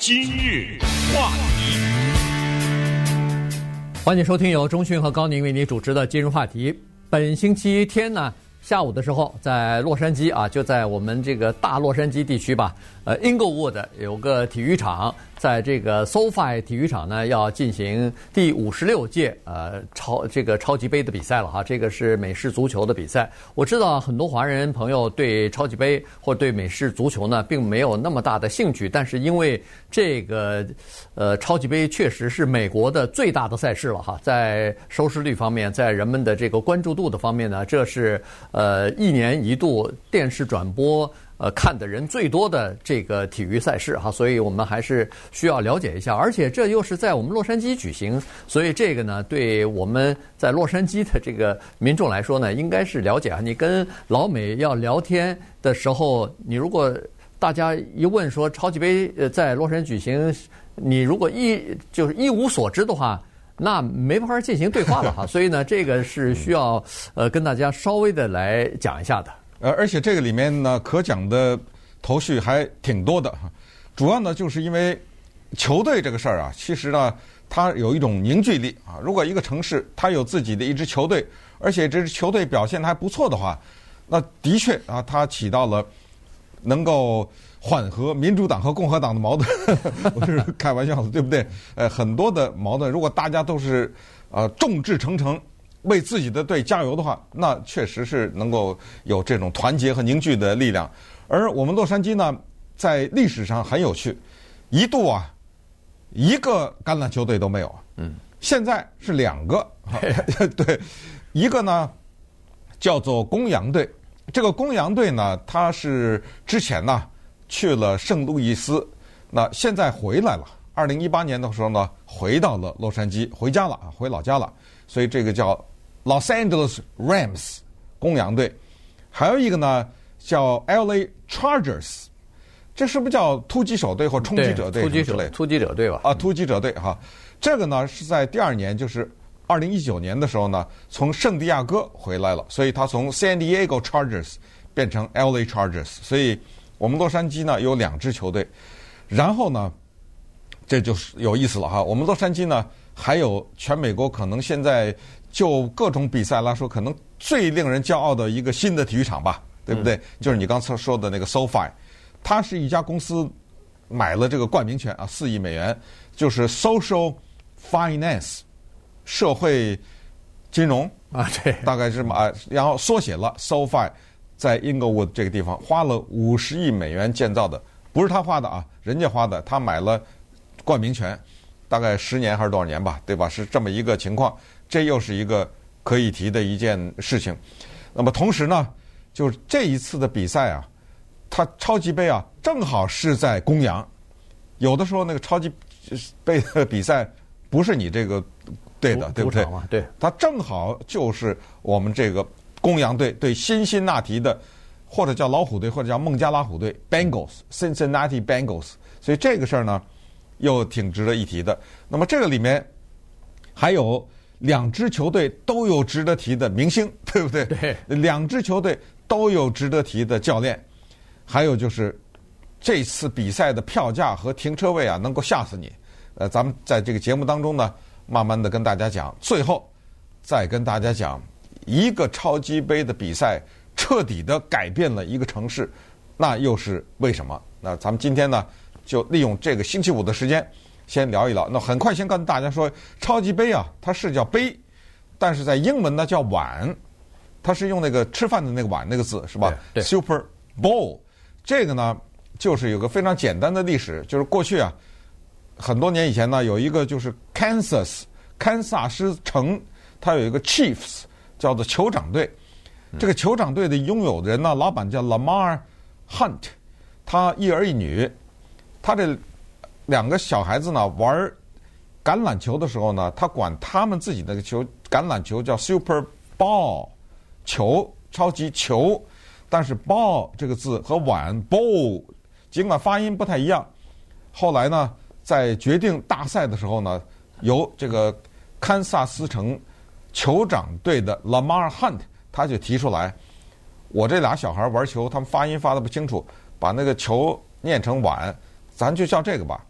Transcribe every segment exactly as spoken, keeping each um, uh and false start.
今日话题， 欢迎收听由钟迅和高宁为你主持的今日话题。本星期天呢，下午的时候，在洛杉矶啊，就在我们这个大洛杉矶地区吧，呃，Inglewood 有个体育场，在这个 SoFi 体育场呢，要进行第五十六届呃超这个超级杯的比赛了哈。这个是美式足球的比赛。我知道很多华人朋友对超级杯或对美式足球呢，并没有那么大的兴趣，但是因为这个呃超级杯确实是美国的最大的赛事了哈，在收视率方面，在人们的这个关注度的方面呢，这是呃一年一度电视转播呃看的人最多的这个体育赛事哈，所以我们还是需要了解一下，而且这又是在我们洛杉矶举行，所以这个呢，对我们在洛杉矶的这个民众来说呢，应该是了解啊。你跟老美要聊天的时候，你如果大家一问说超级杯呃在洛杉矶举行，你如果一就是一无所知的话，那没法进行对话了哈。所以呢，这个是需要呃跟大家稍微的来讲一下的。 呃，而且这个里面呢，可讲的头绪还挺多的。主要呢，就是因为球队这个事儿啊，其实呢，它有一种凝聚力啊。如果一个城市它有自己的一支球队，而且这支球队表现还不错的话，那的确啊，它起到了能够缓和民主党和共和党的矛盾。我是开玩笑的，对不对？呃，很多的矛盾，如果大家都是呃众志成城，为自己的队加油的话，那确实是能够有这种团结和凝聚的力量。而我们洛杉矶呢，在历史上很有趣，一度啊，一个橄榄球队都没有，嗯，现在是两个，对，一个呢叫做公羊队，这个公羊队呢，它是之前呢去了圣路易斯，那现在回来了，二零一八年的时候呢，回到了洛杉矶，回家了，回老家了。所以这个叫 Los Angeles Rams 公羊队，还有一个呢叫 L A Chargers， 这是不是叫突击手队或冲击者队突击之类的？ 突击者队吧？ 啊，突击者队哈。这个呢是在第二年，就是二零一九年的时候呢，从圣地亚哥回来了，所以他从 San Diego Chargers 变成 L A Chargers， 所以我们洛杉矶呢有两支球队，然后呢，这就是有意思了哈。我们洛杉矶呢，还有全美国可能现在就各种比赛来说，可能最令人骄傲的一个新的体育场吧，对不对？嗯、就是你刚才说的那个 SoFi， 它是一家公司买了这个冠名权啊，四亿美元，就是 Social Finance 社会金融啊，对， 大概是啊，然后缩写了 SoFi， 在 Inglewood 这个地方花了五十亿美元建造的，不是他花的啊，人家花的，他买了冠名权。大概十年还是多少年吧，对吧？是这么一个情况，这又是一个可以提的一件事情。那么同时呢，就是这一次的比赛啊，它超级杯啊，正好是在公羊。有的时候那个超级杯的比赛不是你这个队的，对不对？ 对， 它正好就是我们这个公羊队对辛辛那提的，或者叫老虎队，或者叫孟加拉虎队 （Bengals），Cincinnati Bengals。所以这个事儿呢，又挺值得一提的。那么这个里面还有两支球队都有值得提的明星，对不对？ 对， 两支球队都有值得提的教练，还有就是这次比赛的票价和停车位啊，能够吓死你。呃，咱们在这个节目当中呢，慢慢的跟大家讲，最后再跟大家讲一个超级杯的比赛彻底的改变了一个城市，那又是为什么？那咱们今天呢，就利用这个星期五的时间，先聊一聊。那很快先跟大家说，超级杯啊，它是叫杯，但是在英文呢叫碗，它是用那个吃饭的那个碗那个字是吧？ 对对 Super Bowl， 这个呢就是有个非常简单的历史，就是过去啊，很多年以前呢，有一个就是 Kansas 堪萨斯城，它有一个 Chiefs 叫做酋长队。这个酋长队的拥有人呢，老板叫 Lamar Hunt， 他一儿一女。他这两个小孩子呢，玩橄榄球的时候呢，他管他们自己的球橄榄球叫 Super Ball 球，超级球。但是 ball 这个字和碗 bowl 尽管发音不太一样，后来呢，在决定大赛的时候呢，由这个堪萨斯城酋长队的 Lamar Hunt 他就提出来，我这俩小孩玩球，他们发音发的不清楚，把那个球念成碗，咱就叫这个吧，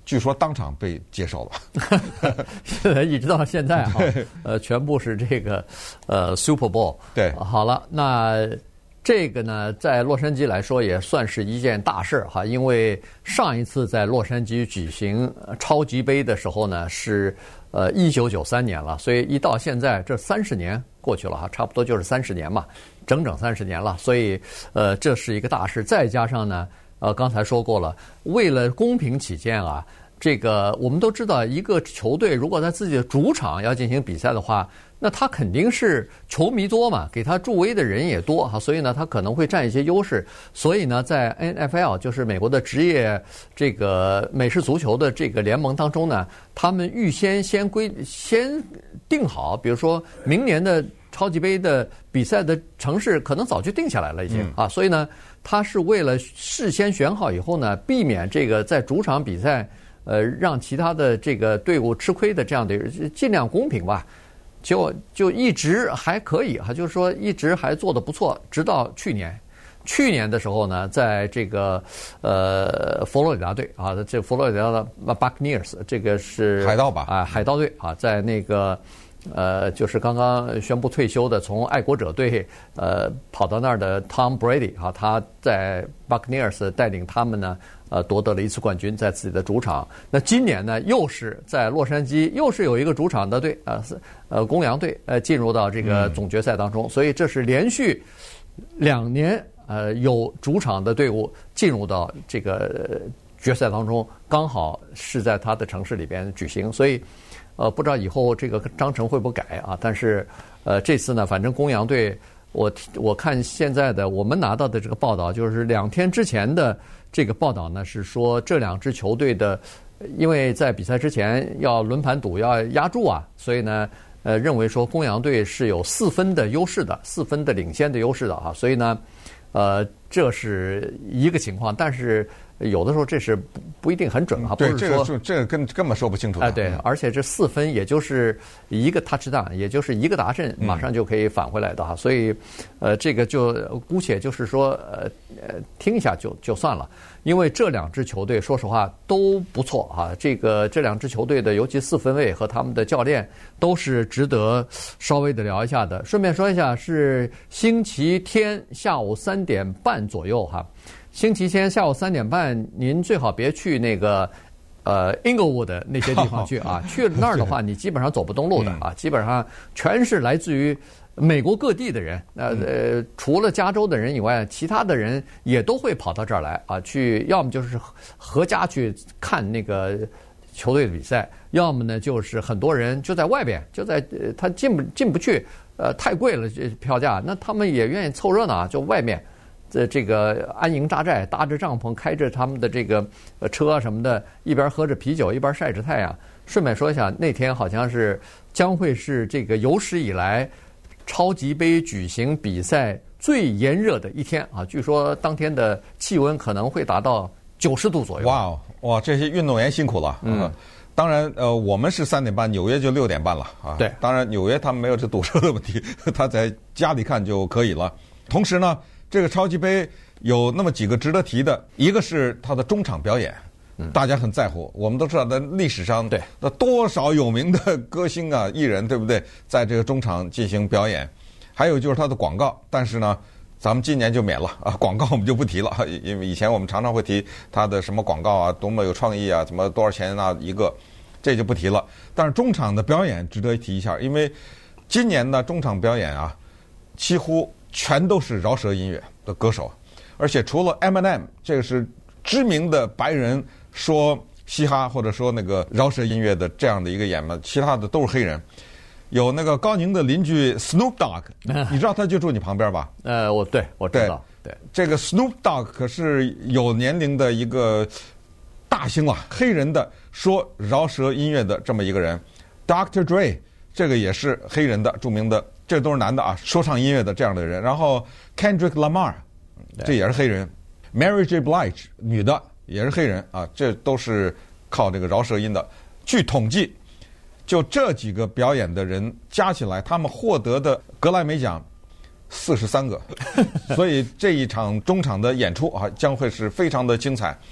据说当场被接受了， 一直到现在哈，呃，全部是这个呃 Super Bowl。 对， 好了，那这个呢，在洛杉矶来说也算是一件大事哈，因为上一次在洛杉矶举行超级杯的时候呢，是呃一九九三年了，所以一到现在这三十年过去了哈，差不多就是三十年嘛，整整三十年了，所以呃这是一个大事，再加上呢。呃，刚才说过了，为了公平起见啊，这个我们都知道，一个球队如果在自己的主场要进行比赛的话，那他肯定是球迷多嘛，给他助威的人也多哈，所以呢，他可能会占一些优势。所以呢，在 N F L 就是美国的职业这个美式足球的这个联盟当中呢，他们预先先规先定好，比如说明年的超级杯的比赛的城市可能早就定下来了已经、嗯、啊，所以呢，他是为了事先选好以后呢，避免这个在主场比赛，呃，让其他的这个队伍吃亏的这样的，尽量公平吧。就就一直还可以哈，就是说一直还做得不错，直到去年。去年的时候呢，在这个呃佛罗里达队啊，这佛罗里达的 Buccaneers 这个是海盗吧啊，海盗队啊，在那个。呃，就是刚刚宣布退休的，从爱国者队呃跑到那儿的 Tom Brady 啊，他在 Buccaneers 带领他们呢，呃夺得了一次冠军，在自己的主场。那今年呢，又是在洛杉矶，又是有一个主场的队啊，呃公羊队呃进入到这个总决赛当中，嗯、所以这是连续两年呃有主场的队伍进入到这个决赛当中，刚好是在他的城市里边举行，所以。呃，不知道以后这个章程会不会改啊？但是，呃，这次呢，反正公羊队，我我看现在的我们拿到的这个报道，就是两天之前的这个报道呢，是说这两支球队的，因为在比赛之前要轮盘赌要压注啊，所以呢，呃，认为说公羊队是有四分的优势的，四分的领先的优势的啊，所以呢，呃，这是一个情况，但是。有的时候这是不不一定很准啊，不是说这个这个根根本说不清楚。 哎，对，而且这四分也就是一个 touchdown， 也就是一个达阵，马上就可以返回来的哈。所以，呃，这个就姑且就是说，呃呃，听一下就就算了。因为这两支球队说实话都不错啊，这个这两支球队的尤其四分卫和他们的教练都是值得稍微的聊一下的。顺便说一下，是星期天下午三点半左右哈。星期天下午三点半，您最好别去那个呃 Inglewood 那些地方去啊，去那儿的话，你基本上走不动路的啊，基本上全是来自于美国各地的人，呃呃，除了加州的人以外，其他的人也都会跑到这儿来啊，去要么就是合家去看那个球队的比赛，要么呢就是很多人就在外边，就在呃他进不进不去，呃，太贵了这票价，那他们也愿意凑热闹啊，就外面。这这个安营扎寨，搭着帐篷，开着他们的这个车什么的，一边喝着啤酒，一边晒着太阳。顺便说一下，那天好像是将会是这个有史以来超级杯举行比赛最炎热的一天啊！据说当天的气温可能会达到九十度左右。 哇哦，哇，这些运动员辛苦了。嗯，当然，呃，我们是三点半，纽约就六点半了啊。 对， 当然纽约他们没有这堵车的问题，他在家里看就可以了。同时呢。这个超级杯有那么几个值得提的，一个是他的中场表演，大家很在乎。我们都知道，在历史上， 对， 那多少有名的歌星啊、艺人，对不对？在这个中场进行表演。还有就是他的广告，但是呢，咱们今年就免了啊，广告我们就不提了，因为以前我们常常会提他的什么广告啊，多么有创意啊，怎么多少钱啊一个，这就不提了。但是中场的表演值得提一下，因为今年的中场表演啊，几乎。全都是饶舌音乐的歌手，而且除了 Eminem 这个是知名的白人说嘻哈或者说那个饶舌音乐的这样的一个演员，其他的都是黑人。有那个高宁的邻居 Snoop Dogg， 你知道他就住你旁边吧？ 呃，我对我知道，对, 对这个 Snoop Dogg 可是有年龄的一个大星啊，黑人的说饶舌音乐的这么一个人。doctor Dre 这个也是黑人的著名的。这都是男的啊，说唱音乐的这样的人。然后 Kendrick Lamar， 这也是黑人。Mary J. Blige 女的也是黑人啊，这都是靠这个饶舌音的。据统计，就这几个表演的人加起来，他们获得的格莱美奖四十三个，所以这一场中场的演出啊，将会是非常的精彩。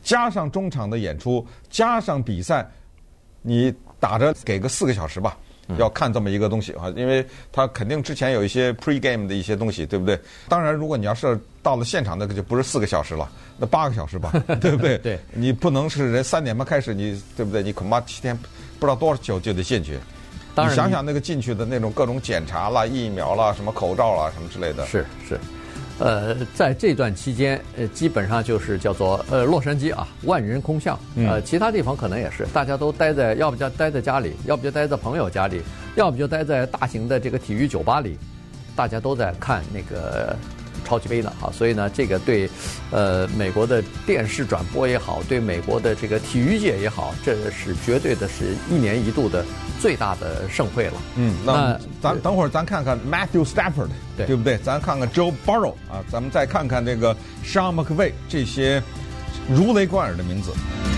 加上中场的演出，加上比赛，你打着给个四个小时吧。要看这么一个东西啊，因为他肯定之前有一些 pre-game 的一些东西，对不对？当然，如果你要是到了现场，那个就不是四个小时了，那八个小时吧，对不对？ 对， 你不能是人三点半开始，你对不对？你恐怕七天不知道多少久就得进去。 当然你想想那个进去的那种各种检查啦、疫苗啦、什么口罩啦、什么之类的。 是是。呃，在这段期间，呃，基本上就是叫做呃洛杉矶啊，万人空巷。呃，其他地方可能也是，大家都待在，要不就待在家里，要不就待在朋友家里，要不就待在大型的这个体育酒吧里，大家都在看那个超级杯呢啊。所以呢，这个对呃美国的电视转播也好，对美国的这个体育界也好，这是绝对的是一年一度的最大的盛会了。 嗯，那咱等会儿咱看看 Matthew Stafford， 对, 对不对？咱看看 Joe Burrow 啊，咱们再看看这个 Sean McVay 这些如雷贯耳的名字。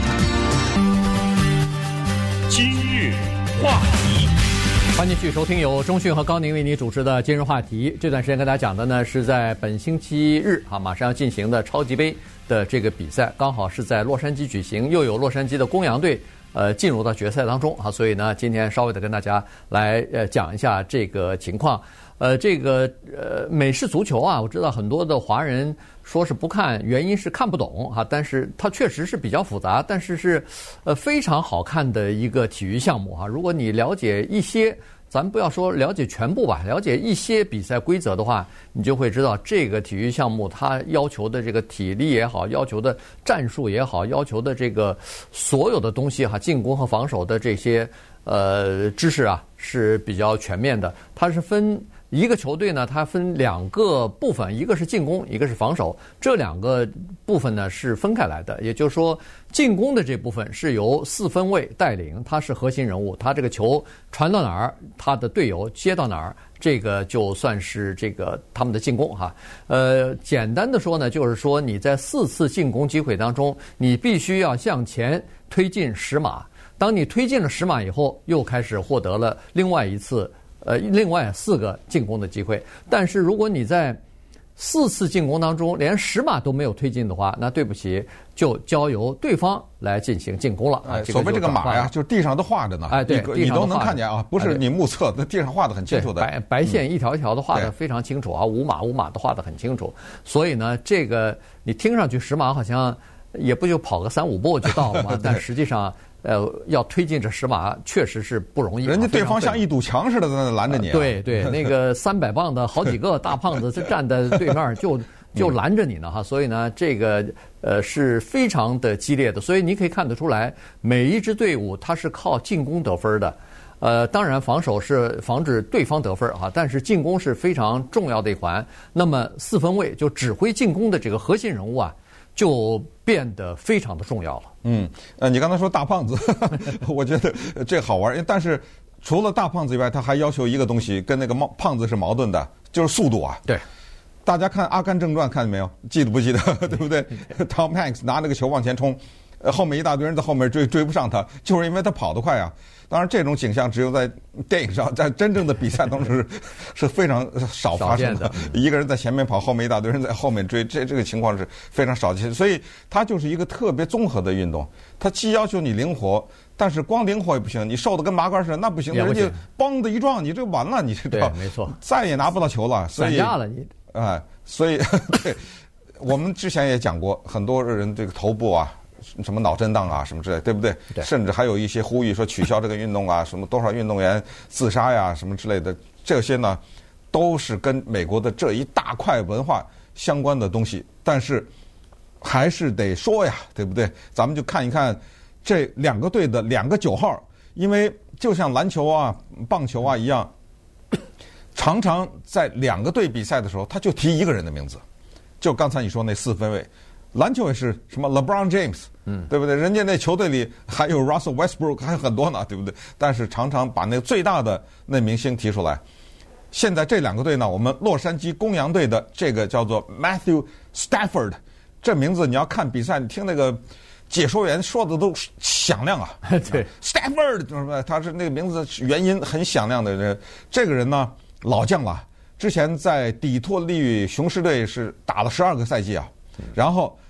今日话题， 欢迎继续收听由钟讯和高宁为你主持的今日话题。这段时间跟大家讲的呢，是在本星期日啊，马上要进行的超级杯的这个比赛，刚好是在洛杉矶举行，又有洛杉矶的公羊队呃进入到决赛当中啊，所以呢，今天稍微的跟大家来呃讲一下这个情况。呃，这个呃美式足球啊，我知道很多的华人说是不看，原因是看不懂哈、啊，但是它确实是比较复杂，但是是呃非常好看的一个体育项目哈、啊。如果你了解一些，咱不要说了解全部吧，了解一些比赛规则的话，你就会知道这个体育项目它要求的这个体力也好，要求的战术也好，要求的这个所有的东西哈，进攻和防守的这些呃知识啊是比较全面的。它是分一个球队呢，它分两个部分，一个是进攻，一个是防守，这两个部分呢是分开来的。也就是说，进攻的这部分是由四分卫带领，他是核心人物，他这个球传到哪儿，他的队友接到哪儿，这个就算是这个他们的进攻哈。呃，简单的说呢，就是说你在四次进攻机会当中，你必须要向前推进十码。当你推进了十码以后，又开始获得了另外一次。呃，另外四个进攻的机会，但是如果你在四次进攻当中连十码都没有推进的话，那对不起，就交由对方来进行进攻了啊。 哎、所谓这个码呀，就是地上都画着呢， 哎，对， 你, 你都能看见啊，不是你目测，那地上画的很清楚的， 白白线一条一条的画的非常清楚啊，五码五码的画的很清楚。所以呢，这个你听上去十码好像也不就跑个三五步就到了嘛，但实际上。呃，要推进这十码确实是不容易。 人家对方像一堵墙似的在那拦着你、啊呃。对对，那个三百磅的好几个大胖子站在对面就就拦着你呢哈。所以呢，这个呃是非常的激烈的。所以你可以看得出来，每一支队伍它是靠进攻得分的。呃，当然防守是防止对方得分啊，但是进攻是非常重要的一环。那么四分卫就指挥进攻的这个核心人物啊。就变得非常的重要了。 嗯，呃，你刚才说大胖子，我觉得这好玩。但是除了大胖子以外，他还要求一个东西，跟那个胖子是矛盾的，就是速度啊。 对， 大家看《阿甘正传》看见没有？记得不记得？对不对 ？Tom Hanks 拿那个球往前冲，呃，后面一大堆人在后面追，追不上他，就是因为他跑得快啊。当然，这种景象只有在电影上，在真正的比赛当中是是非常少发生的。一个人在前面跑，后面一大堆人在后面追，这这个情况是非常少见。所以它就是一个特别综合的运动，它既要求你灵活，但是光灵活也不行，你瘦的跟麻杆似的，那不行，人家梆的一撞，你这完了，你这对，没错， 再也拿不到球了，散架了你。 哎，所以对，我们之前也讲过，很多人这个头部啊。什么脑震荡啊，什么之类，对不对？ 对。 甚至还有一些呼吁说取消这个运动啊，什么多少运动员自杀呀，什么之类的，这些呢，都是跟美国的这一大块文化相关的东西。但是还是得说呀，对不对？咱们就看一看这两个队的两个九号，因为就像篮球啊、棒球啊一样，常常在两个队比赛的时候，他就提一个人的名字，就刚才你说那四分卫。篮球也是什么 LeBron James， 嗯，对不对？人家那球队里还有 Russell Westbrook， 还有很多呢，对不对？但是常常把那个最大的那明星提出来。现在这两个队呢，我们洛杉矶公羊队的这个叫做 Matthew Stafford， 这名字你要看比赛，你听那个解说员说的都响亮啊。 对 ，Stafford， 他是那个名字原因很响亮的人。这个人呢，老将了，之前在底特律雄狮队是打了十二个赛季啊。然后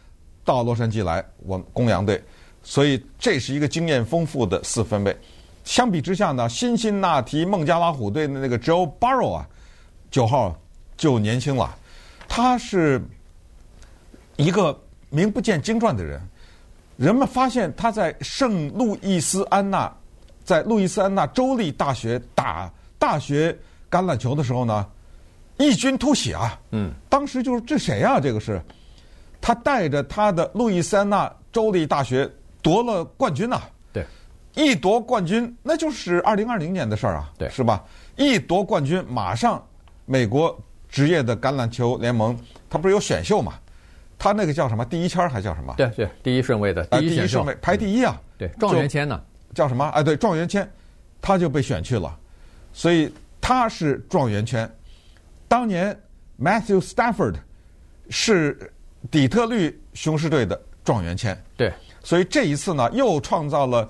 到洛杉矶来，我公羊队，所以这是一个经验丰富的四分卫。相比之下呢，辛辛那提孟加拉虎队的那个 Joe Burrow 啊，九号就年轻了，他是一个名不见经传的人。人们发现他在圣路易斯安那，在路易斯安那州立大学打大学橄榄球的时候呢，异军突起啊！嗯，当时就是这谁啊？这个是他带着他的路易斯安那州立大学夺了冠军呐、啊！ 对， 一夺冠军那就是二零二零年的事儿啊， 对， 是吧？一夺冠军，马上美国职业的橄榄球联盟，他不是有选秀嘛？他那个叫什么？第一签还叫什么？ 对对，第一顺位的第一选秀， 顺位排第一啊！ 对，状元签呢？ 叫什么？哎，对，状元签，他就被选去了，所以他是状元签。当年 Matthew Stafford 是底特律雄狮队的状元签， 对， 所以这一次呢，又创造了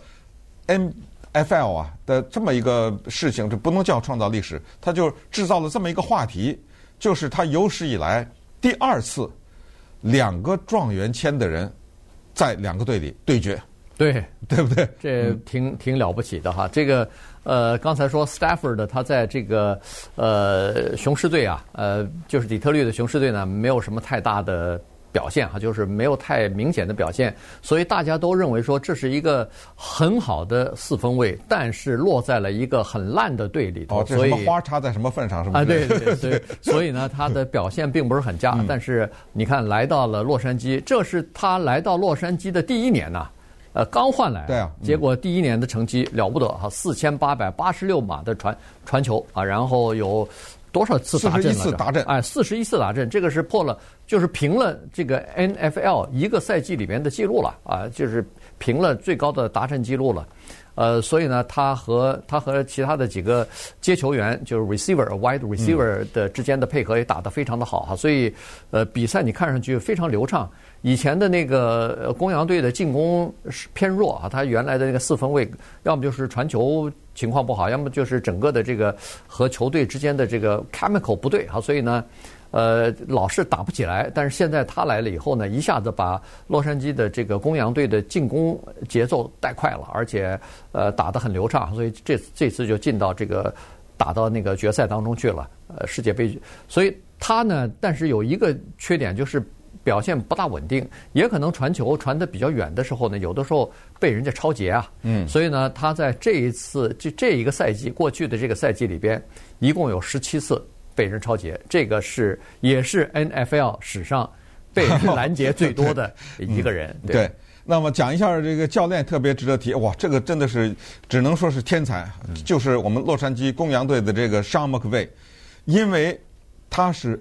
N F L 啊的这么一个事情，这不能叫创造历史，他就制造了这么一个话题，就是他有史以来第二次两个状元签的人在两个队里对决， 对对不对？ 这挺挺了不起的哈。这个呃，刚才说 Stafford 他在这个呃雄狮队啊，呃，就是底特律的雄狮队呢，没有什么太大的表现哈，就是没有太明显的表现，所以大家都认为说这是一个很好的四分卫，但是落在了一个很烂的队里头。 哦，这什么花插在什么份上，是不是？ 啊，对对对，所以呢，他的表现并不是很佳。嗯、但是你看，来到了洛杉矶，这是他来到洛杉矶的第一年呐、呃，刚换来， 对啊， 嗯、结果第一年的成绩了不得哈，四千八百八十六码的传传球啊，然后有多少次打阵了？四十一次打阵， 哎，四十一次打阵，这个是破了，就是平了这个 N F L 一个赛季里面的记录了啊，就是平了最高的打阵记录了。呃，所以呢，他和他和其他的几个接球员，就是 receiver、wide receiver 的之间的配合也打得非常的好哈，所以呃，比赛你看上去非常流畅。以前的那个公羊队的进攻是偏弱啊，他原来的那个四分卫，要么就是传球情况不好，要么就是整个的这个和球队之间的这个 chemical 不对啊，所以呢。呃，老是打不起来，但是现在他来了以后呢，一下子把洛杉矶的这个公羊队的进攻节奏带快了，而且呃打得很流畅，所以这这次就进到这个打到那个决赛当中去了，呃世界杯。所以他呢，但是有一个缺点就是表现不大稳定，也可能传球传得比较远的时候呢，有的时候被人家抄截啊。嗯，所以呢，他在这一次这这一个赛季过去的这个赛季里边，一共有十七次被人抄截，这个是也是 N F L 史上被人拦截最多的一个人。 对, 对，那么讲一下这个教练特别值得提，哇，这个真的是只能说是天才，嗯、就是我们洛杉矶公羊队的这个 Sean McVay， 因为他是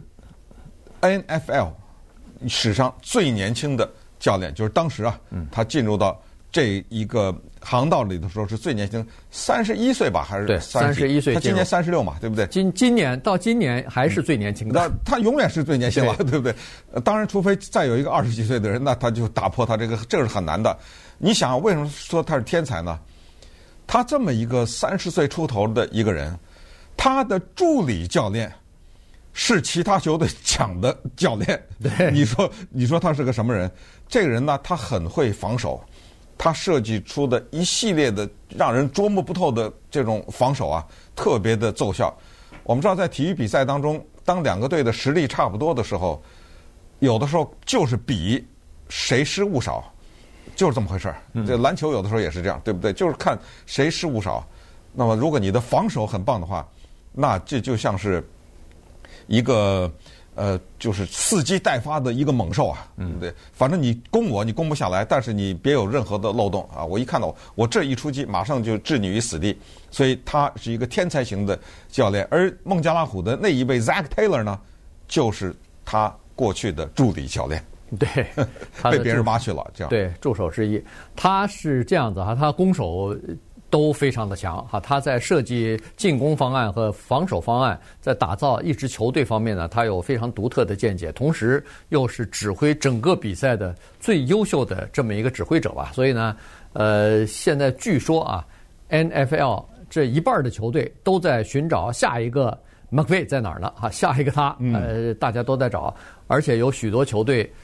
N F L 史上最年轻的教练，就是当时啊，嗯、他进入到这一个航道里的时候是最年轻，三十一岁吧，还是对三十一岁？ 他今年三十六嘛，对不对？ 今今年到今年还是最年轻的， 那、嗯、他永远是最年轻了， 对, 对不对？呃，当然，除非再有一个二十几岁的人，那他就打破他这个，这是很难的。你想，为什么说他是天才呢？他这么一个三十岁出头的一个人，他的助理教练是其他球队抢的教练。 对， 你说，你说他是个什么人？这个人呢，他很会防守。他设计出的一系列的让人捉摸不透的这种防守啊，特别的奏效。我们知道，在体育比赛当中，当两个队的实力差不多的时候，有的时候就是比谁失误少，就是这么回事儿。这篮球有的时候也是这样，对不对？就是看谁失误少。那么，如果你的防守很棒的话，那这就像是一个。呃，就是伺机待发的一个猛兽啊，嗯，对，反正你攻我，你攻不下来，但是你别有任何的漏洞啊！我一看到我这一出击，马上就置你于死地，所以他是一个天才型的教练。而孟加拉虎的那一位 Zach Taylor 呢，就是他过去的助理教练， 对， 被别人挖去了，这样对助手之一，他是这样子哈，他攻守都非常的强哈，他在设计进攻方案和防守方案，在打造一支球队方面呢，他有非常独特的见解，同时又是指挥整个比赛的最优秀的这么一个指挥者吧。所以呢，呃，现在据说啊 ，N F L 这一半的球队都在寻找下一个 McVay 在哪儿呢？哈，下一个他，呃，大家都在找，而且有许多球队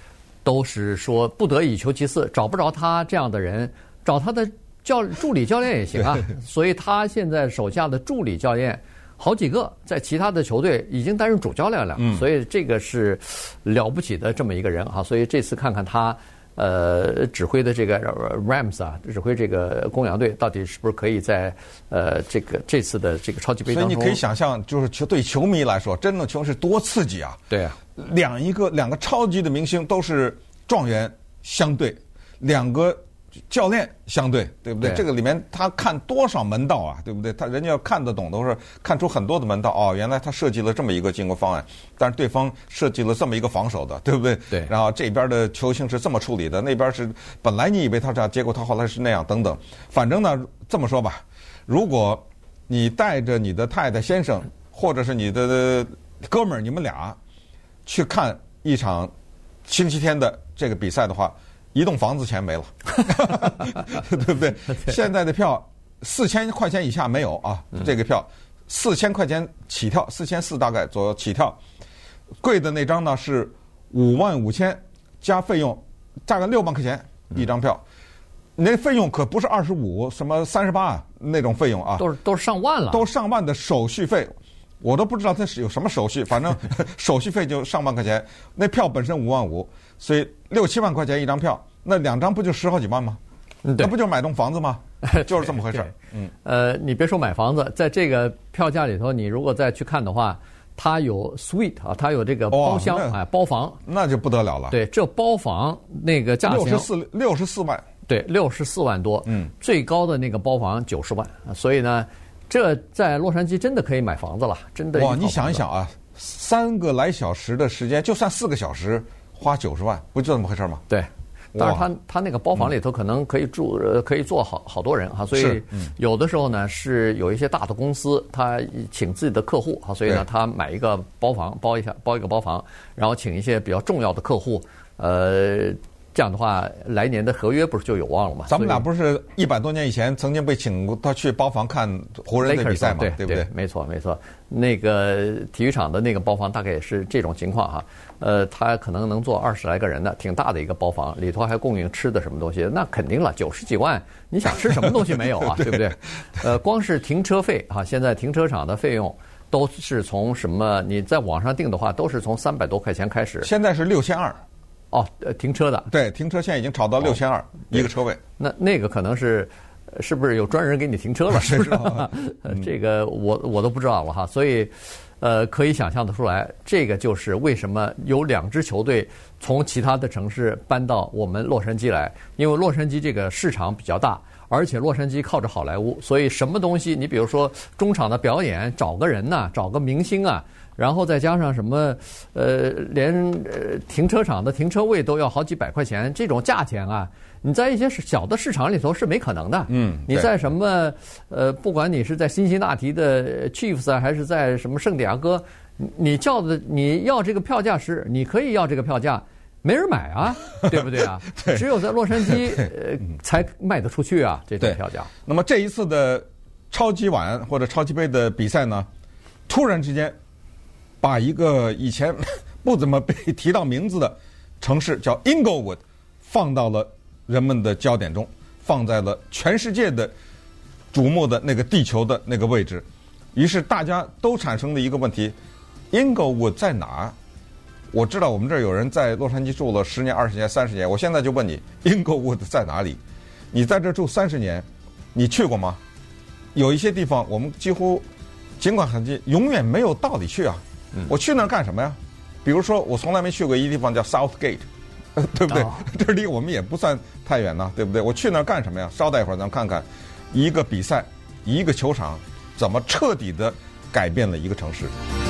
都是说不得已求其次，找不着他这样的人，找他的教助理教练也行啊。所以他现在手下的助理教练好几个，在其他的球队已经担任主教练了， 嗯、 所以这个是了不起的这么一个人哈。所以这次看看他呃指挥的这个 Rams 啊，指挥这个公羊队到底是不是可以在呃这个这次的这个超级杯当中， 所以你可以想象，就是球对球迷来说，真的球是多刺激啊！ 对啊， 两一个两个超级的明星都是状元相对，两个教练相对，对不对？ 对这个里面他看多少门道啊，对不对？他人家要看得懂，都是看出很多的门道哦。原来他设计了这么一个进攻方案，但是对方设计了这么一个防守的，对不对？ 对。 然后这边的球星是这么处理的，那边是本来你以为他这样，结果他后来是那样，等等。反正呢，这么说吧，如果你带着你的太太、先生，或者是你的哥们儿，你们俩去看一场星期天的这个比赛的话，一栋房子钱没了，对不对？现在的票四千块钱以下没有啊，这个票四千块钱起跳，四千四大概左右起跳。贵的那张呢是五万五千加费用，大概六万块钱一张票。那费用可不是二十五什么三十八那种费用啊， 都是都是上万了， 都上万的手续费。我都不知道它是有什么手续，反正手续费就上万块钱。那票本身五万五，所以六七万块钱一张票，那两张不就十好几万吗？ 嗯， 那不就买栋房子吗？就是这么回事。 嗯，呃，你别说买房子，在这个票价里头，你如果再去看的话，它有 suite 啊，它有这个包厢， 哦、 哎，包房， 那就不得了了。 对，这包房那个价钱六十四六十四万， 对，六十四万多。嗯，最高的那个包房九十万，所以呢。这在洛杉矶真的可以买房子了，真的。 哇，你想一想啊，三个来小时的时间，就算四个小时，花九十万，不就这么回事吗？ 对，但是他他那个包房里头可能可以住，呃，可以坐好好多人哈，所以有的时候呢是有一些大的公司，他请自己的客户哈，所以呢他买一个包房，包一下包一个包房，然后请一些比较重要的客户，呃。这样的话，来年的合约不是就有望了吗？ 咱们俩不是一百多年以前曾经被请他去包房看湖人队比赛嘛， 对对不对？ 没错，没错。那个体育场的那个包房大概也是这种情况哈。呃，他可能能坐二十来个人的，挺大的一个包房，里头还供应吃的什么东西，那肯定了，九十几万，你想吃什么东西没有啊？对不对？呃，光是停车费啊，现在停车场的费用都是从什么？你在网上订的话，都是从三百多块钱开始。 现在是六千二。 哦，呃，停车的， 对，停车现在已经炒到六千二一个车位。 那那个可能是，是不是有专人给你停车了？是不是？这个我我都不知道了哈。所以，呃，可以想象得出来，这个就是为什么有两支球队从其他的城市搬到我们洛杉矶来，因为洛杉矶这个市场比较大，而且洛杉矶靠着好莱坞，所以什么东西，你比如说中场的表演，找个人呐、啊，找个明星啊。然后再加上什么，呃，连呃停车场的停车位都要好几百块钱，这种价钱啊，你在一些小的市场里头是没可能的。 嗯， 你在什么呃，不管你是在辛辛那提的 Chiefs 啊，还是在什么圣地亚哥，你叫的你要这个票价时，你可以要这个票价，没人买啊，对不对啊？ 对， 只有在洛杉矶呃才卖得出去啊，这种票价。 那么这一次的超级碗或者超级杯的比赛呢，突然之间。把一个以前不怎么被提到名字的城市叫 Inglewood 放到了人们的焦点中，放在了全世界的瞩目的那个地球的那个位置。于是大家都产生了一个问题 ：Inglewood 在哪？我知道我们这儿有人在洛杉矶住了十年、二十年、三十年，我现在就问你 ，Inglewood 在哪里？你在这儿住三十年，你去过吗？有一些地方我们几乎尽管很近，永远没有道理去啊。我去那儿干什么呀？比如说，我从来没去过一个地方叫 Southgate， 对不对？哦、这离我们也不算太远呢，对不对？我去那儿干什么呀？稍待一会儿，咱们看看一个比赛，一个球场怎么彻底的改变了一个城市。